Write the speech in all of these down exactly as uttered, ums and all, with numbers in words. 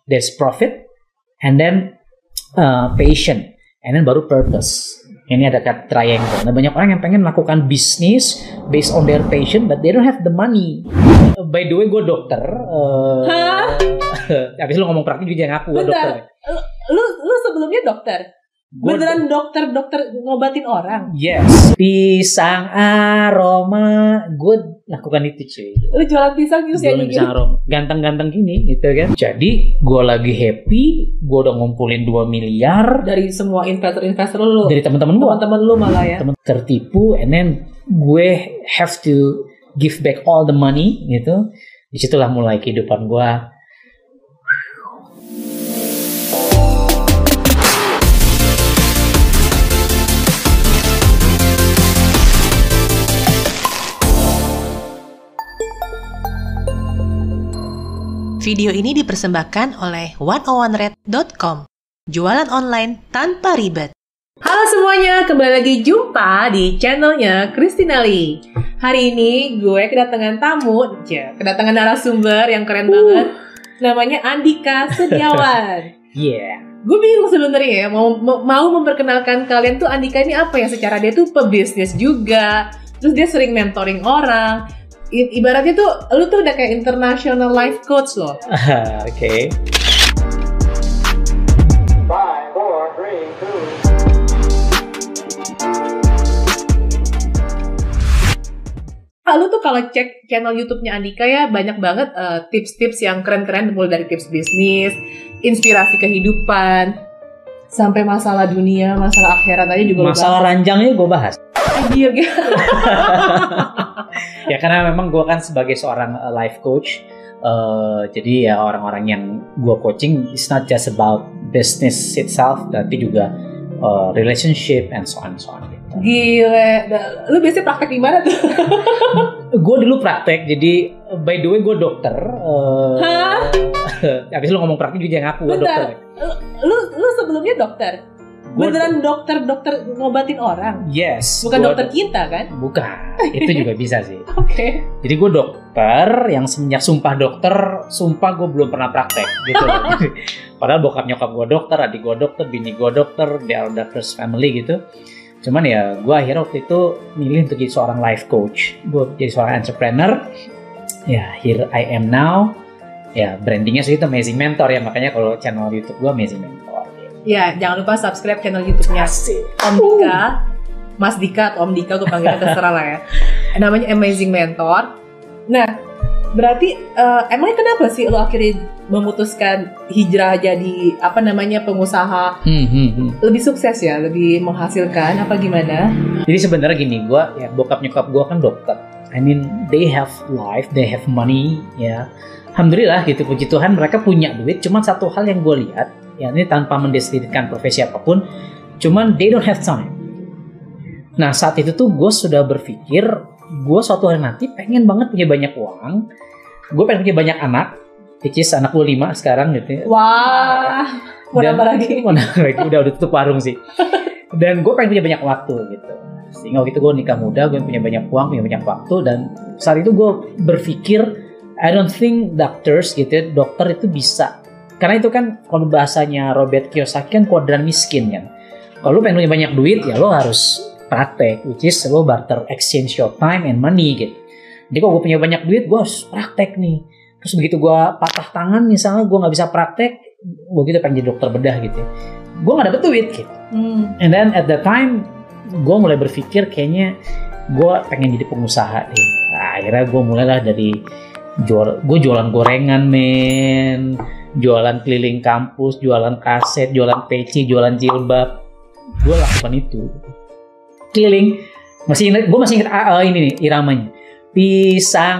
there's profit, and then uh, passion, and then baru purpose. Ini ada kata triangle. Nah, banyak orang yang pengen melakukan bisnis based on their passion, but they don't have the money. Uh, by the way, gue dokter. Uh, Hah? Habis lu ngomong praktik juga ngaku gue dokter. Lu, lu sebelumnya dokter? Gua Beneran dokter-dokter ngobatin orang? Yes. Pisang aroma. Gue lakukan itu cuy. Lu jualan pisang terus ya Jualan pisang aroma. Ganteng-ganteng gini gitu kan. Jadi gue lagi happy. Gue udah ngumpulin dua miliar. Dari semua investor-investor lu? Dari teman-teman gue. Teman-teman lu malah ya? Temen tertipu. And then gue have to give back all the money gitu. Disitulah mulai kehidupan gue. Video ini dipersembahkan oleh one oh one red dot com. Jualan online tanpa ribet. Halo semuanya, kembali lagi jumpa di channelnya Christina Lee. Hari ini gue kedatangan tamu, ya, kedatangan narasumber yang keren uh. banget. Namanya Andika Setiawan. Yeah. Gue bingung sebenarnya ya, mau mau memperkenalkan kalian tuh Andika ini apa ya? Secara dia tuh pebisnis juga, terus dia sering mentoring orang. I- ibaratnya tuh, lu tuh udah kayak international life coach loh. Oke. Okay. Five, four, three, two. Ah, lu tuh kalau cek channel YouTube-nya Andika ya banyak banget uh, tips-tips yang keren-keren, mulai dari tips bisnis, inspirasi kehidupan, sampai masalah dunia, masalah akhirat aja juga. Masalah ranjangnya gue bahas. Anjir gitu. Ya karena memang gue kan sebagai seorang uh, life coach, uh, jadi ya orang-orang yang gue coaching it's not just about business itself, tapi juga uh, relationship and so on so on. Gitu. Gile, lu biasanya praktek di mana tuh? Gue dulu praktek, jadi by the way gue dokter. Uh, Hah? Habis lu ngomong praktek juga ngaku gue dokter. Lu lu sebelumnya dokter? Gua Beneran dokter-dokter ngobatin orang? Yes. Bukan gua dokter kita kan? Bukan, itu juga bisa sih. Oke. Okay. Jadi gue dokter yang semenjak sumpah dokter, sumpah gue belum pernah praktek gitu. Padahal bokap nyokap gue dokter, adik gue dokter, bini gue dokter, they are doctors family gitu. Cuman ya gue akhirnya waktu itu milih untuk jadi seorang life coach. Gue jadi seorang entrepreneur. Ya here I am now. Ya brandingnya sih itu Amazing Mentor ya, makanya kalau channel YouTube gue Amazing Mentor. Ya, jangan lupa subscribe channel YouTube-nya Om Dika, Mas Dika atau Om Dika, gue panggilnya terserah lah ya. Namanya Amazing Mentor. Nah, berarti uh, emangnya kenapa sih lo akhirnya memutuskan hijrah jadi apa namanya pengusaha Hmm, hmm, hmm. lebih sukses ya, lebih menghasilkan apa gimana? Jadi sebenarnya gini, gue ya bokap nyokap gue kan dokter. I mean they have life, they have money ya. Alhamdulillah gitu, puji Tuhan mereka punya duit. Cuman satu hal yang gue lihat, ya ini tanpa mendiskreditkan profesi apapun, cuman they don't have time. Nah saat itu tuh gue sudah berpikir, gue suatu hari nanti pengen banget punya banyak uang, gue pengen punya banyak anak, which is anak gue lima sekarang gitu. Wah, mau nambah lagi? Mau nambah lagi, udah udah tutup warung sih. Dan gue pengen punya banyak waktu gitu. Sehingga waktu itu gue nikah muda, gue punya banyak uang, punya banyak waktu, dan saat itu gue berpikir, I don't think doctors gitu, dokter itu bisa. Karena itu kan kalau bahasanya Robert Kiyosaki kan kuadran miskin kan. Kalau lu pengen punya banyak duit ya lo harus praktek, which is lo barter exchange your time and money gitu. Jadi kalau gue punya banyak duit gue harus praktek nih. Terus begitu gue patah tangan misalnya gue nggak bisa praktek, gue gitu pengen jadi dokter bedah gitu. Gue nggak dapet duit gitu. Hmm. And then at that time gue mulai berpikir kayaknya gue pengen jadi pengusaha nih. Nah, akhirnya gue mulailah dari jual, gue jualan gorengan men. Jualan keliling kampus, jualan kaset, jualan peci, jualan jilbab. Gue lakukan itu. Keliling. Masih ingat, gue masih ingat uh, ini nih iramanya. Pisang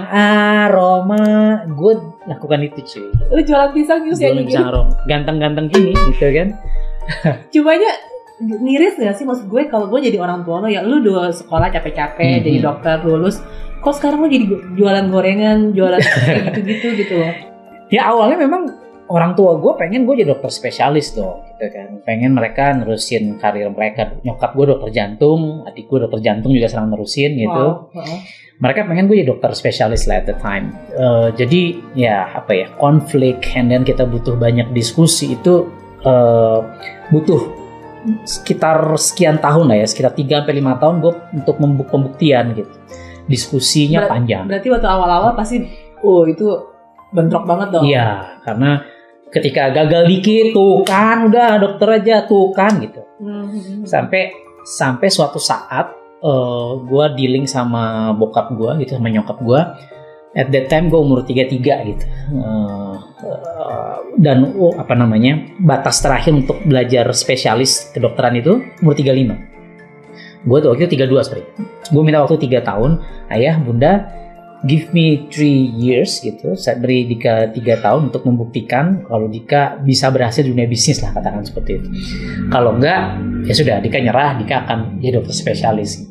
aroma. Gue lakukan itu cuy. Lu jualan pisang terus ya? Jualan pisang aroma. Ganteng-ganteng gini gitu kan. Cumanya miris gak sih maksud gue kalau gue jadi orang tua lo ya, lu udah sekolah capek-capek, hmm, jadi dokter lulus. Kok sekarang lo jadi jualan gorengan, jualan kayak gitu-gitu gitu loh. Ya awalnya memang orang tua gue pengen gue jadi dokter spesialis dong, gitu kan. Pengen mereka nerusin karir mereka. Nyokap gue dokter jantung, adik gue dokter jantung juga sedang nerusin gitu. Wow. mereka pengen gue jadi dokter spesialis lah at the time. Uh, jadi ya apa ya, konflik, and then kita butuh banyak diskusi itu uh, butuh sekitar sekian tahun lah ya, sekitar tiga sampai lima tahun gue untuk membuk pembuktian gitu. Diskusinya Ber- panjang. Berarti waktu awal-awal pasti, oh itu bentrok banget dong. Iya, karena ketika gagal dikit tuh kan udah dokter aja tuh kan gitu. Hmm. Sampai sampai suatu saat Uh, gue dealing sama bokap gue gitu, sama nyokap gue. At that time gue umur tiga puluh tiga gitu, uh, uh, dan oh, apa namanya batas terakhir untuk belajar spesialis kedokteran itu umur tiga puluh lima. Gue tuh waktu itu tiga puluh dua sebenarnya. Gue minta waktu tiga tahun, ayah bunda give me three years gitu, saya beri Dika tiga tahun untuk membuktikan kalau Dika bisa berhasil di dunia bisnis lah, katakan seperti itu. Kalau enggak, ya sudah, Dika nyerah, Dika akan jadi dokter spesialis.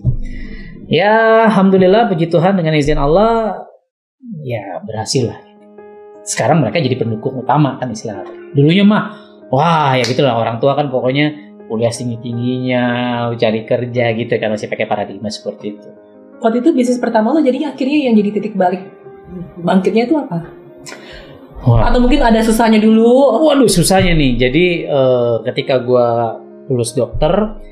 Ya, alhamdulillah, puji Tuhan dengan izin Allah, ya berhasil lah. Sekarang mereka jadi pendukung utama kan istilahnya. Dulunya mah, wah ya gitulah, orang tua kan pokoknya kuliah tinggi-tingginya, cari kerja gitu kan, masih pakai paradigma seperti itu. Waktu itu bisnis pertama lo jadi akhirnya yang jadi titik balik bangkitnya itu apa? Wah. Atau mungkin ada susahnya dulu? Waduh, susahnya nih. Jadi uh, ketika gue lulus dokter,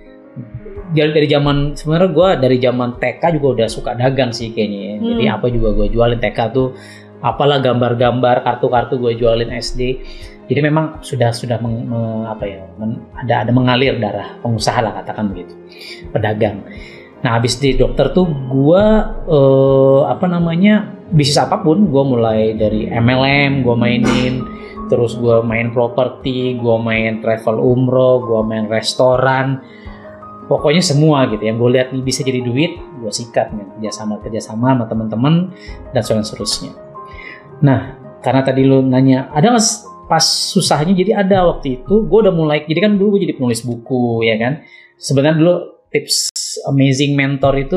dari, dari zaman sebenarnya gue dari zaman T K juga udah suka dagang sih kayaknya. Hmm. Jadi apa juga gue jualin. T K tuh apalah gambar-gambar, kartu-kartu gue jualin S D. Jadi memang sudah sudah meng, me, apa ya, men, ada ada mengalir darah pengusaha lah, katakan begitu, pedagang. Nah, habis di dokter tuh gue eh, apa namanya bisnis apapun, gue mulai dari M L M gue mainin, terus gue main properti, gue main travel umroh, gue main restoran, pokoknya semua gitu yang gue lihat nih bisa jadi duit, gue sikat nih, kerjasama kerjasama sama teman-teman dan seterusnya. Nah, karena tadi lu nanya ada nggak pas susahnya, jadi ada waktu itu gue udah mulai, jadi kan dulu gue jadi penulis buku ya kan, sebenarnya dulu tips Amazing Mentor itu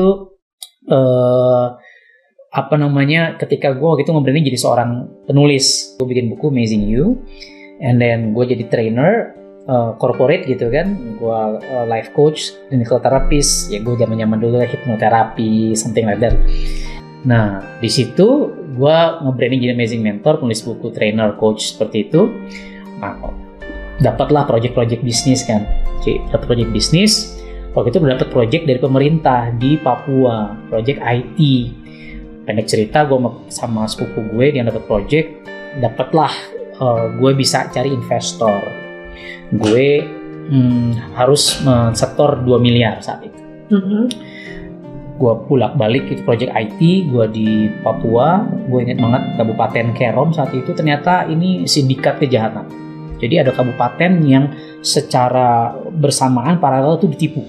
uh, apa namanya ketika gue waktu itu ngobrolin jadi seorang penulis, gue bikin buku Amazing You, and then gue jadi trainer uh, corporate gitu kan, gue uh, life coach, clinical therapist, ya gue zaman-zaman dulu hipnoterapi, something like that. Nah di situ gue nge-branding jadi Amazing Mentor, penulis buku, trainer, coach seperti itu. Nah dapatlah project-project bisnis kan, dapat project bisnis. Waktu itu mendapat project dari pemerintah di Papua, project I T. Pendek cerita, gue sama sepupu gue yang dapat project, dapatlah uh, gue bisa cari investor. Gue hmm, harus mensetor dua miliar saat itu. Mm-hmm. Gue pulak balik itu project I T, gue di Papua, gue ingat banget Kabupaten Kerom saat itu ternyata ini sindikat kejahatan. Jadi ada kabupaten yang secara bersamaan paralel itu ditipu.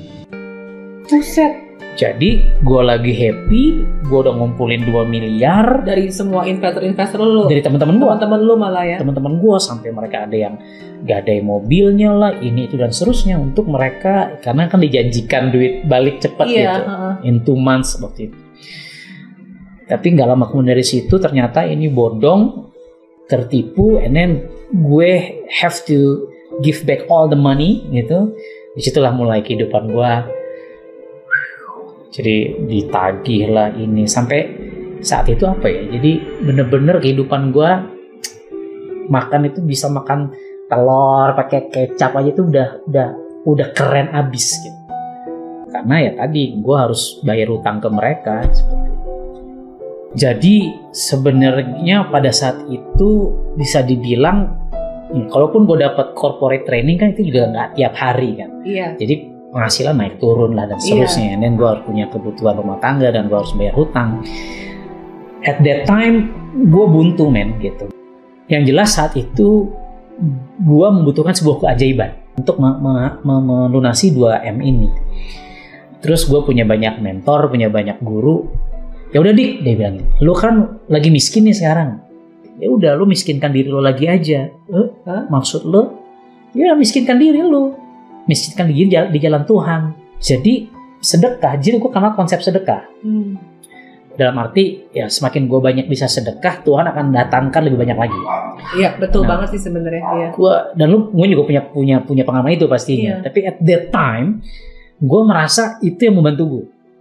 Buset. Jadi gue lagi happy, gue udah ngumpulin dua miliar dari semua investor-investor lu. Dari teman-teman gue. Teman-teman lu malah ya. Teman-teman gue sampai mereka ada yang gadai mobilnya lah, ini itu dan seterusnya untuk mereka, karena kan dijanjikan duit balik cepat iya, gitu, uh-uh. in two months waktu itu. Tapi nggak lama kemudian dari situ ternyata ini bodong, tertipu, and then gue have to give back all the money gitu. Disitulah mulai kehidupan gue. Jadi ditagih lah ini sampai saat itu apa ya? Jadi bener-bener kehidupan gue makan itu bisa makan telur pakai kecap aja itu udah udah udah keren abis gitu. Karena ya tadi gue harus bayar utang ke mereka. Jadi sebenarnya pada saat itu bisa dibilang, ya, kalaupun gue dapat corporate training kan itu juga nggak tiap hari kan. Iya. Jadi penghasilan naik turun lah dan seterusnya. Yeah. Dan gue harus punya kebutuhan rumah tangga dan gue harus bayar hutang. At that time gue buntu men gitu. Yang jelas saat itu gue membutuhkan sebuah keajaiban untuk me- me- me- melunasi dua M ini. Terus gue punya banyak mentor, punya banyak guru. Ya udah Dik, dia bilang, lu kan lagi miskin nih sekarang. Ya udah, lu miskinkan diri lu lagi aja. Eh, huh? Maksud lu? Ya miskinkan diri lu. Miskinkan diri di jalan Tuhan. Jadi sedekah, jadi gue kenal konsep sedekah. Hmm. Dalam arti ya semakin gue banyak bisa sedekah, Tuhan akan datangkan lebih banyak lagi. Iya betul nah, banget sih sebenarnya. Ya. Gua dan lu, gue juga punya punya punya pengalaman itu pastinya. Iya. Tapi at that time, gue merasa itu yang membantu gue.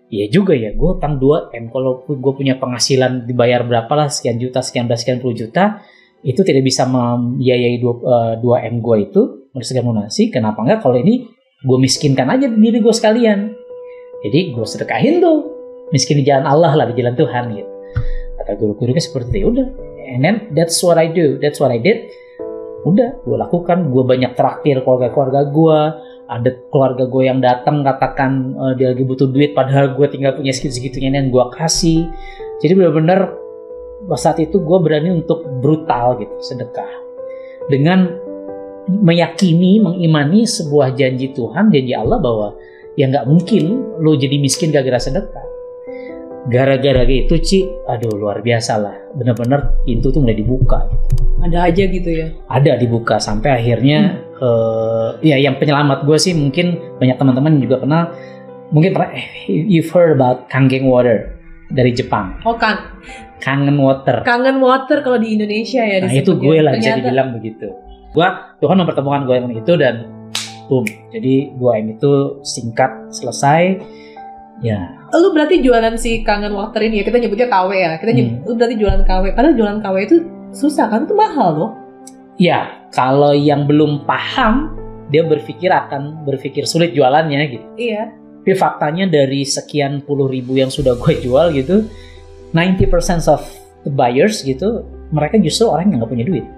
Iya juga ya, gue utang dua M. Kalau gue punya penghasilan dibayar berapa lah, sekian juta, sekian belas, sekian puluh juta, itu tidak bisa membiayai dua M gue itu, harus segala lunasi. Kenapa enggak kalau ini gue miskinkan aja diri gue sekalian. Jadi gue sedekahin tuh, miskin di jalan Allah lah, di jalan Tuhan gitu. Kata guru-gurunya seperti itu, udah. And then that's what I do, that's what I did. Udah, gue lakukan. Gue banyak traktir keluarga-keluarga gue. Ada keluarga gue yang datang katakan uh, dia lagi butuh duit, padahal gue tinggal punya segitu-segitunya dan gue kasih. Jadi benar-benar saat itu gue berani untuk brutal gitu, sedekah. Dengan meyakini, mengimani sebuah janji Tuhan, janji Allah bahwa ya nggak mungkin lo jadi miskin gara-gara sedekah. Gara-gara gitu Ci, aduh luar biasa lah. Benar-benar pintu tuh mulai dibuka gitu. Ada aja gitu ya? Ada dibuka sampai akhirnya hmm. uh, ya yang penyelamat gue sih mungkin banyak teman-teman juga kenal. Mungkin pernah eh, you've heard about Kangen Water dari Jepang. Oh kan? Kangen Water. Kangen Water kalau di Indonesia ya. Nah itu gue lah bisa dibilang begitu. Gue Tuhan mempertemukan gue dengan itu dan boom. Jadi dua M itu singkat selesai. Ya. Lu berarti jualan si Kangen Water ini ya, kita nyebutnya K W ya. Kita nyebut, hmm. lu berarti jualan K W. Padahal jualan K W itu susah kan, itu mahal loh. Ya, kalau yang belum paham dia berpikir akan berpikir sulit jualannya gitu. Iya. Tapi faktanya dari sekian puluh ribu yang sudah gue jual gitu, sembilan puluh persen of the buyers gitu, mereka justru orang yang nggak punya duit.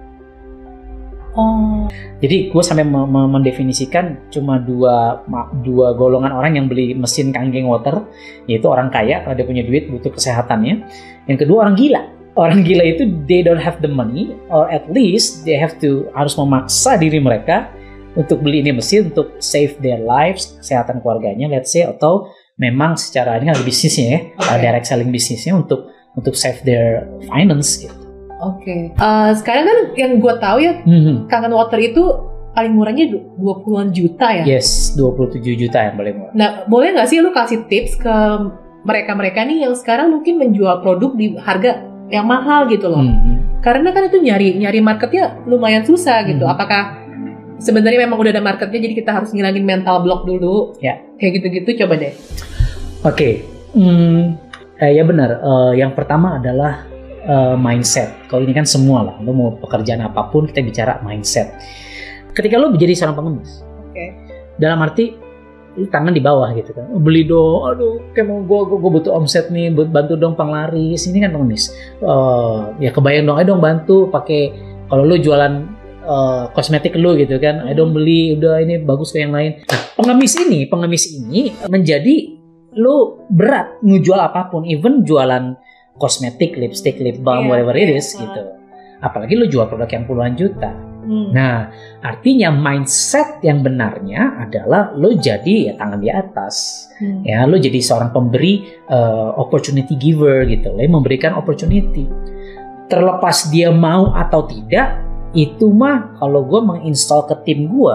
Oh. Jadi gue sampai me- me- mendefinisikan cuma dua dua golongan orang yang beli mesin Kangen Water, yaitu orang kaya karena dia punya duit butuh kesehatannya. Yang kedua orang gila. Orang gila itu they don't have the money, or at least they have to harus memaksa diri mereka untuk beli ini mesin untuk save their lives, kesehatan keluarganya, let's say, atau memang secara ini kan ada bisnisnya ya, okay. direct selling bisnisnya untuk untuk save their finance gitu. Oke. Okay. Uh, sekarang kan yang gue tahu ya, mm-hmm. Kangen Water itu paling murahnya dua puluhan juta ya? Yes, dua puluh tujuh juta yang paling murah. Nah, boleh nggak sih lu kasih tips ke mereka-mereka nih yang sekarang mungkin menjual produk di harga yang mahal gitu loh? Mm-hmm. Karena kan itu nyari nyari marketnya lumayan susah gitu. Mm-hmm. Apakah sebenarnya memang udah ada marketnya, jadi kita harus ngilangin mental block dulu? Ya. Kayak gitu-gitu, coba deh. Oke, okay. hmm, eh, ya benar. Uh, yang pertama adalah Uh, mindset. Kalau ini kan semua lah, lo mau pekerjaan apapun kita bicara mindset. Ketika lo menjadi seorang pengemis, okay. dalam arti tangan di bawah gitu kan, beli dong, aduh, kayak mau gue gue butuh omset nih, bantu dong penglaris, ini kan pengemis. Uh, ya kebayang dong, ayo dong bantu pakai kalau lo jualan uh, kosmetik lo gitu kan, ayo dong beli, udah ini bagus ke yang lain. Nah, pengemis ini, pengemis ini menjadi lo berat ngejual apapun, even jualan kosmetik, lipstick, lip balm, yeah, whatever it is, yeah. gitu. Apalagi lu jual produk yang puluhan juta. Hmm. Nah, artinya mindset yang benarnya adalah lu jadi ya tangan di atas. Hmm. Ya, lu jadi seorang pemberi uh, opportunity giver gitu. Lu memberikan opportunity. Terlepas dia mau atau tidak, itu mah kalau gue menginstall ke tim gue,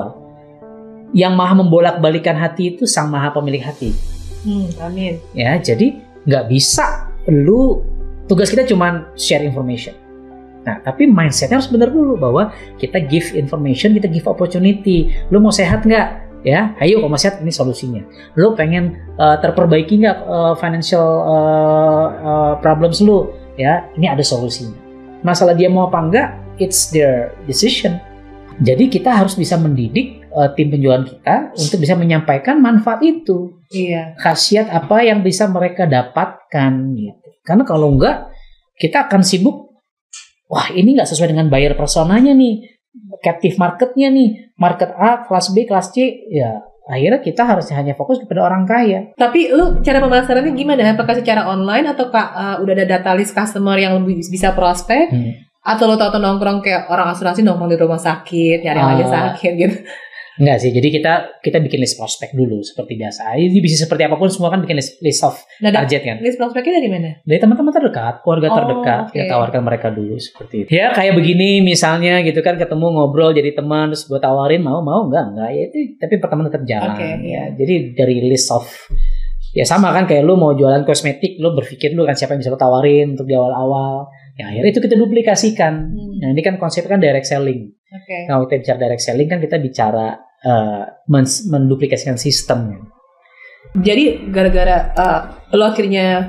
yang maha membolak-balikan hati itu sang maha pemilik hati. Hmm, amin. Ya, jadi nggak bisa lu, tugas kita cuma share information. Nah, tapi mindsetnya harus benar dulu bahwa kita give information, kita give opportunity. Lu mau sehat nggak? Ya, ayo kalau mau sehat ini solusinya. Lu pengen uh, terperbaiki nggak uh, financial uh, uh, problems lu? Ya, ini ada solusinya. Masalah dia mau apa enggak, it's their decision. Jadi kita harus bisa mendidik uh, tim penjualan kita untuk bisa menyampaikan manfaat itu. Iya. Khasiat apa yang bisa mereka dapatkan gitu. Karena kalau enggak, kita akan sibuk. Wah, ini nggak sesuai dengan buyer personanya nih, captive marketnya nih, market A, kelas B, kelas C. Ya, akhirnya kita harus hanya fokus kepada orang kaya. Tapi lu cara pemasarannya gimana? Apakah secara online atau uh, udah ada data list customer yang lebih bisa prospek? Hmm. Atau lo tau-tau nongkrong kayak orang asuransi nongkrong di rumah sakit, nyari yang uh, lagi sakit gitu? Enggak sih, jadi kita kita bikin list prospek dulu seperti biasa. Ini bisa seperti apapun, semua kan bikin list, list of nah, target kan. List prospeknya dari mana? Dari teman-teman terdekat, keluarga oh, terdekat. Okay. Kita tawarkan mereka dulu seperti itu. Ya kayak begini misalnya gitu kan, ketemu ngobrol jadi teman, terus gue tawarin mau mau enggak enggak ya itu, tapi pertemuan tetap jalan. Okay, ya. Yeah. Jadi dari list of ya sama kan kayak lu mau jualan kosmetik, lu berpikir lu kan siapa yang bisa lu tawarin untuk di awal-awal. Ya akhirnya itu kita duplikasikan. Hmm. Nah ini kan konsepnya kan direct selling. Okay. Kalau kita bicara direct selling kan kita bicara uh, men- menduplikasikan sistem. Jadi gara-gara uh, lo akhirnya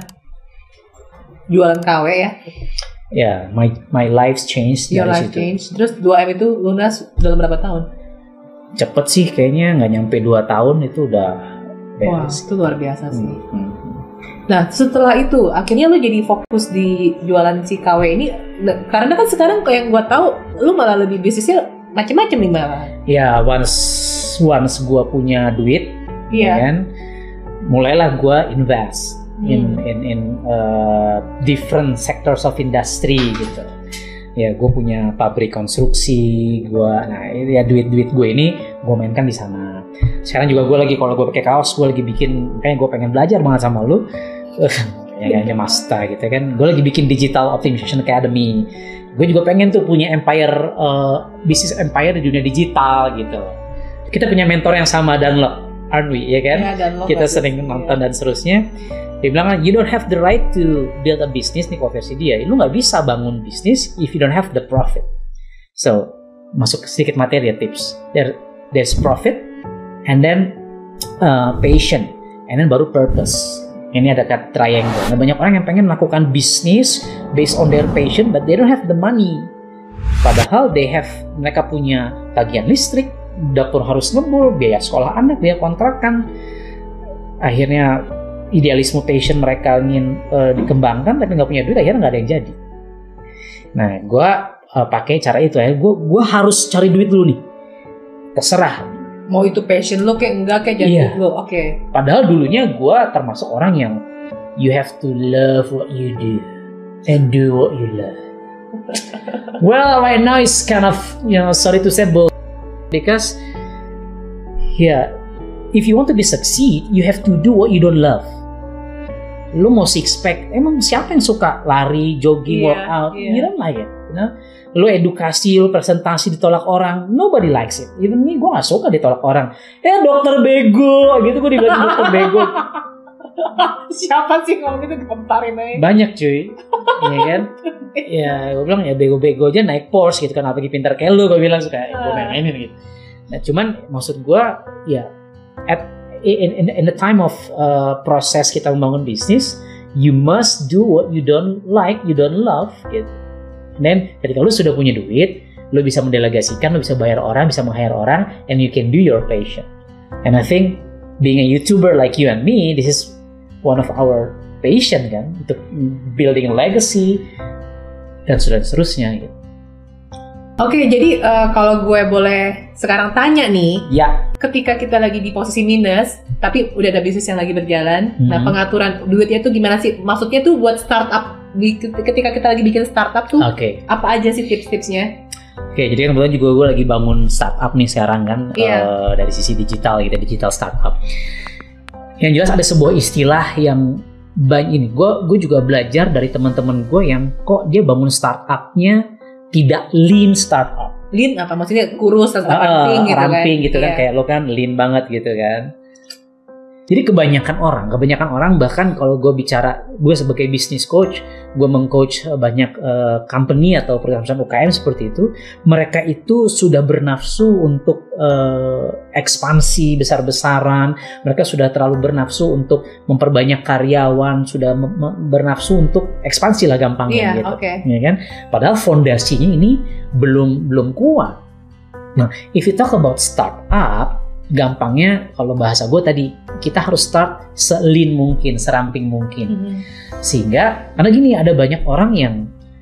jualan K W ya. Ya, my my life's changed Your dari life situ. change. Terus dua M itu lunas dalam berapa tahun? Cepet sih kayaknya, nggak nyampe dua tahun itu udah Wah, beres. itu luar biasa sih. Hmm, hmm. Nah, setelah itu akhirnya lu jadi fokus di jualan si K W ini. Nah, karena kan sekarang kayak yang gua tahu, lu malah lebih bisnisnya macam-macam nih malah. Ya, once once gua punya duit, Iya. ya kan, mulailah gua invest in Hmm. in in uh, different sectors of industry gitu. Ya, gue punya pabrik konstruksi, gua, nah ya duit-duit gue ini gue mainkan di sana. Sekarang juga gue lagi kalau gue pakai kaos, gue lagi bikin, kayaknya gue pengen belajar banget sama lu, ya kayaknya Masta gitu kan. Gue lagi bikin Digital Optimization Academy. Gue juga pengen tuh punya empire, uh, bisnis empire di dunia digital gitu. Kita punya mentor yang sama, Dunlop, aren't we? Ya kan? Ya, Dunlop Kita bagus. sering nonton Iya. dan seterusnya. Dia bilang, you don't have the right to build a business, nih versi dia. Lu nggak bisa bangun bisnis if you don't have the profit. So, masuk sedikit materi ya, tips. There, there's profit, and then uh, passion, and then baru purpose. Ini ada kata triangle. Nah, banyak orang yang pengen melakukan bisnis based on their passion, but they don't have the money. Padahal they have, mereka punya tagihan listrik, dapur harus ngebul, biaya sekolah anak, biaya kontrakan. Akhirnya idealisme passion mereka ingin uh, dikembangkan tapi nggak punya duit, akhirnya nggak ada yang jadi. Nah, gue uh, pakai cara itu ya. Gue gue harus cari duit dulu nih. Terserah. Mau itu passion lo kayak enggak kayak jadi Iya. lo. Oke. Padahal dulunya gue termasuk orang yang you have to love what you do and do what you love. Well, right now it's kind of, you know, sorry to say, bull, because yeah, if you want to be succeed, you have to do what you don't love. Lu mau six pack, emang siapa yang suka lari, jogging, Iya, workout? iya. You don't like it, you know? Lu edukasi, lu presentasi ditolak orang, nobody likes it. Even me, gue gak suka ditolak orang. Eh, dokter bego, gitu gue dibilang dokter bego. Siapa sih ngomong gitu, dikomentarin aja. Banyak cuy, ya kan? Ya, gue bilang ya bego-bego aja naik Porsche gitu kan, apalagi pintar kayak lu, gue bilang suka gue main-mainin gitu. Nah, cuman maksud gue, ya, at in in, in the time of uh, proses kita membangun bisnis, you must do what you don't like, you don't love, gitu. Dan ketika lu sudah punya duit, lu bisa mendelegasikan, lu bisa bayar orang, bisa meng-hire orang, and you can do your passion. And I think being a YouTuber like you and me, this is one of our passion kan, untuk building a legacy dan seterusnya gitu. Oke, jadi eh, kalau gue boleh sekarang tanya nih, Ya, ketika kita lagi di posisi minus, tapi udah ada bisnis yang lagi berjalan, Hmm. nah pengaturan duitnya tuh gimana sih? Maksudnya tuh buat startup, di, ketika kita lagi bikin startup tuh, oke. apa aja sih tips-tipsnya? Oke, jadi kan kebetulan juga gue lagi bangun startup nih sekarang kan, Iya. eh, dari sisi digital gitu, digital startup. Yang jelas ada sebuah istilah yang banyak ini. Gue gue juga belajar dari teman-teman gue yang kok dia bangun startupnya tidak lean startup. Lean apa? Maksudnya kurus atau Ah, ramping gitu kan? ramping gitu kan, Iya. kayak lo kan lean banget gitu kan. Jadi kebanyakan orang, kebanyakan orang bahkan kalau gue bicara, gue sebagai business coach, gue mengcoach banyak uh, company atau perusahaan U K M seperti itu, mereka itu sudah bernafsu untuk uh, ekspansi besar-besaran, mereka sudah terlalu bernafsu untuk memperbanyak karyawan, sudah mem- mem- bernafsu untuk ekspansi lah gampangnya Iya, gitu, oke. ya kan? Padahal fondasinya ini belum belum kuat. Nah, if you talk about startup, gampangnya kalau bahasa gue tadi, kita harus start se-lean mungkin, seramping mungkin. Mhm. Sehingga, karena gini, ada banyak orang yang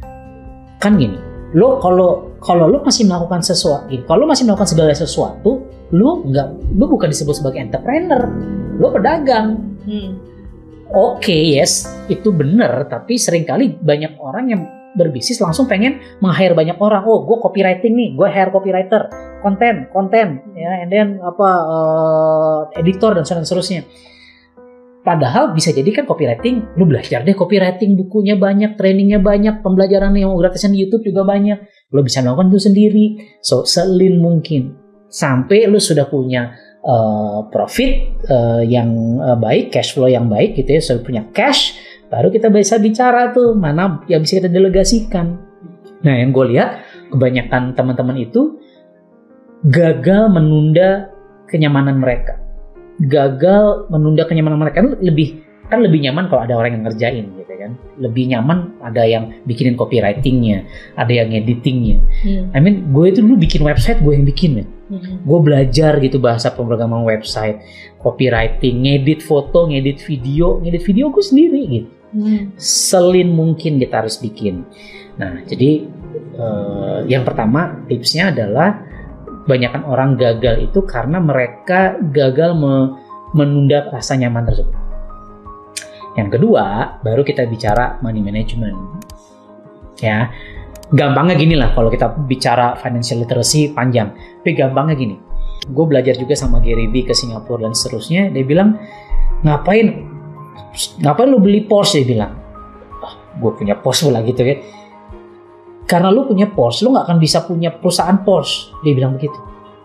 kan gini, lo kalau kalau lo masih melakukan sesuatu, kalau lo masih melakukan segala sesuatu, lo nggak, lo bukan disebut sebagai entrepreneur, lo pedagang. Hmm. Oke, yes, itu benar, tapi seringkali banyak orang yang berbisnis langsung pengen meng-hire banyak orang. Oh, gue copywriting nih, gue hire copywriter, konten, konten, ya, and then apa uh, editor dan seterusnya. Padahal bisa jadi kan copywriting, lu belajar deh copywriting, bukunya banyak, trainingnya banyak, pembelajaran yang gratisan di YouTube juga banyak. Lu bisa melakukan itu sendiri. So, se-lean mungkin sampai lu sudah punya uh, profit uh, yang uh, baik, cash flow yang baik gitu ya, sudah punya cash. Baru kita bisa bicara tuh mana yang bisa kita delegasikan. Nah, yang gue lihat kebanyakan teman-teman itu gagal menunda kenyamanan mereka. Gagal menunda kenyamanan mereka, lebih kan lebih nyaman kalau ada orang yang ngerjain gitu kan. Lebih nyaman ada yang bikinin copywritingnya, ada yang editingnya. Hmm. I mean, gue itu dulu bikin website gue yang bikin, men. Hmm. Gue belajar gitu bahasa pemrograman website, copywriting, ngedit foto, ngedit video, ngedit video gue sendiri gitu. Hmm. Selin mungkin kita harus bikin. Nah, jadi eh, yang pertama tipsnya adalah banyakkan orang gagal itu karena mereka gagal me- menunda rasa nyaman tersebut. Yang kedua, baru kita bicara money management. Ya, gampangnya gini lah kalau kita bicara financial literacy panjang. Tapi gampangnya gini, gue belajar juga sama Gary Vee ke Singapura dan seterusnya. Dia bilang, ngapain, ngapain lu beli Porsche? Dia bilang, oh, gue punya Porsche lah gitu kan. Karena lu punya Porsche, lu nggak akan bisa punya perusahaan Porsche. Dia bilang begitu.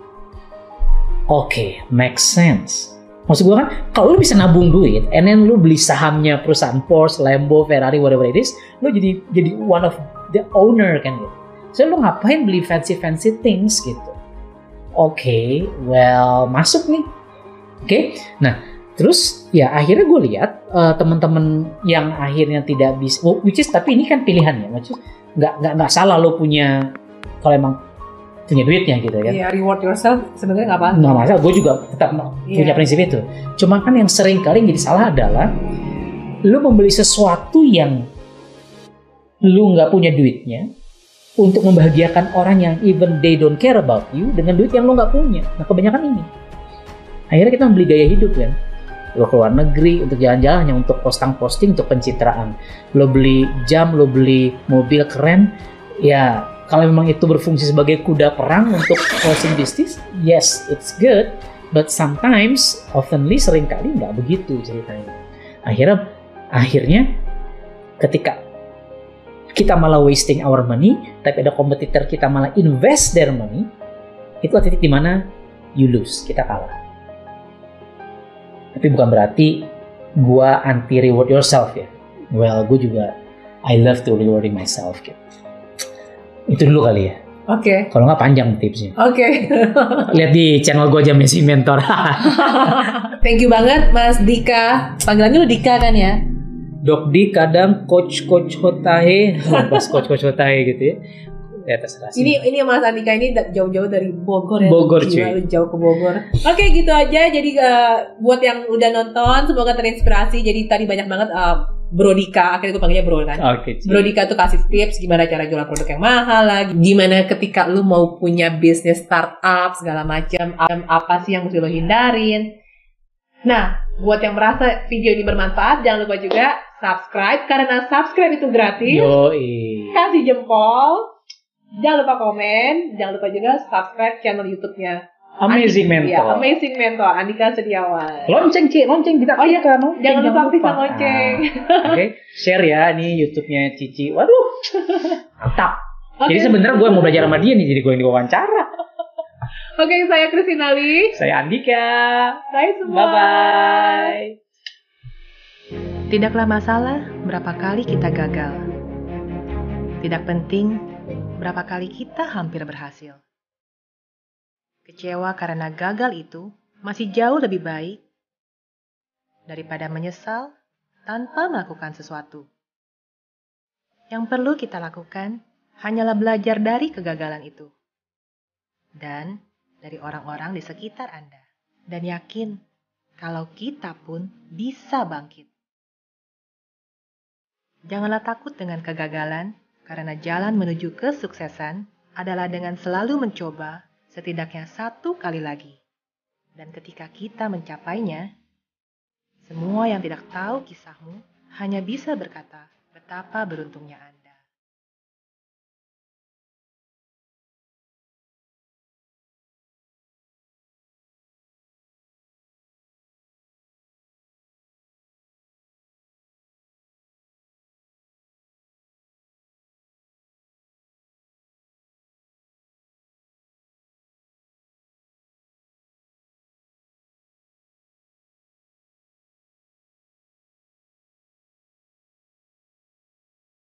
Oke, okay, makes sense. Maksud gue kan, kalau lu bisa nabung duit, and then lu beli sahamnya perusahaan Porsche, Lambo, Ferrari, whatever it is, lu jadi jadi one of the owner kan gitu. So lu ngapain beli fancy-fancy things gitu? Oke, okay, well masuk nih. Oke, okay? Nah terus ya akhirnya gue lihat uh, teman-teman yang akhirnya tidak bisa, oh, which is tapi ini kan pilihan ya, maksud nggak nggak nggak salah lo punya kalau emang punya duitnya gitu kan. Iya, reward yourself sebenarnya nggak apa-apa. Nggak masalah, gue juga tetap Iya. punya prinsip itu. Cuma kan yang sering kali jadi salah adalah lu membeli sesuatu yang lu nggak punya duitnya untuk membahagiakan orang yang even they don't care about you dengan duit yang lu nggak punya. Nah kebanyakan ini. Akhirnya kita membeli gaya hidup kan. Lo keluar negeri untuk jalan-jalan hanya untuk posting-posting untuk pencitraan. Lo beli jam, lo beli mobil keren, ya. Kalau memang itu berfungsi sebagai kuda perang untuk closing bisnis, yes, it's good. But sometimes, oftenly, seringkali nggak begitu ceritanya. Akhirnya, akhirnya, ketika kita malah wasting our money, tapi ada kompetitor kita malah invest their money, itu titik di mana you lose, kita kalah. Tapi bukan berarti gua anti reward yourself ya. Well, gue juga I love to rewarding myself gitu. Itu dulu kali ya. Oke. Okay. Kalau nggak panjang tipsnya. Oke. Okay. Lihat di channel gue aja Messi Mentor. Thank you banget Mas Dika. Panggilannya lu Dika kan ya? Dok Di kadang coach coach Hotahe, pas coach coach Hotahe gitu ya. Ya terserah sih. Ini ini Mas Andika ini da- jauh-jauh dari Bogor ya. Bogor, Gila, cuy. lu jauh ke Bogor. Oke, gitu aja. Jadi uh, buat yang udah nonton semoga terinspirasi. Jadi tadi banyak banget uh, Bro Dika, akhirnya gue panggilnya Bro kan. Oke. Bro Dika tuh kasih tips gimana cara jualan produk yang mahal lah, gimana ketika lu mau punya bisnis startup segala macam, apa sih yang mesti lo hindarin. Nah, buat yang merasa video ini bermanfaat, jangan lupa juga subscribe karena subscribe itu gratis. Yoi. Kasih jempol, jangan lupa komen, jangan lupa juga subscribe channel YouTube-nya. Amazing Andi- Mentor. Ya, Amazing Mentor, Andika Setiawan. Lonceng Ci, lonceng kita. Oh iya, kan, lonceng, jangan lupa aktifkan lonceng. Ah, Oke, okay. Share ya nih YouTube-nya Cici. Waduh, mantap. Oke. Jadi sebenarnya gue mau belajar sama dia nih, jadi gue yang diwawancara. Oke, saya Kristinali. Saya Andika. Bye semua. Bye bye. Tidaklah masalah berapa kali kita gagal. Tidak penting berapa kali kita hampir berhasil. Kecewa karena gagal itu masih jauh lebih baik daripada menyesal tanpa melakukan sesuatu. Yang perlu kita lakukan hanyalah belajar dari kegagalan itu. Dan dari orang-orang di sekitar Anda. Dan yakin kalau kita pun bisa bangkit. Janganlah takut dengan kegagalan, karena jalan menuju kesuksesan adalah dengan selalu mencoba setidaknya satu kali lagi. Dan ketika kita mencapainya, semua yang tidak tahu kisahmu hanya bisa berkata betapa beruntungnya Anda.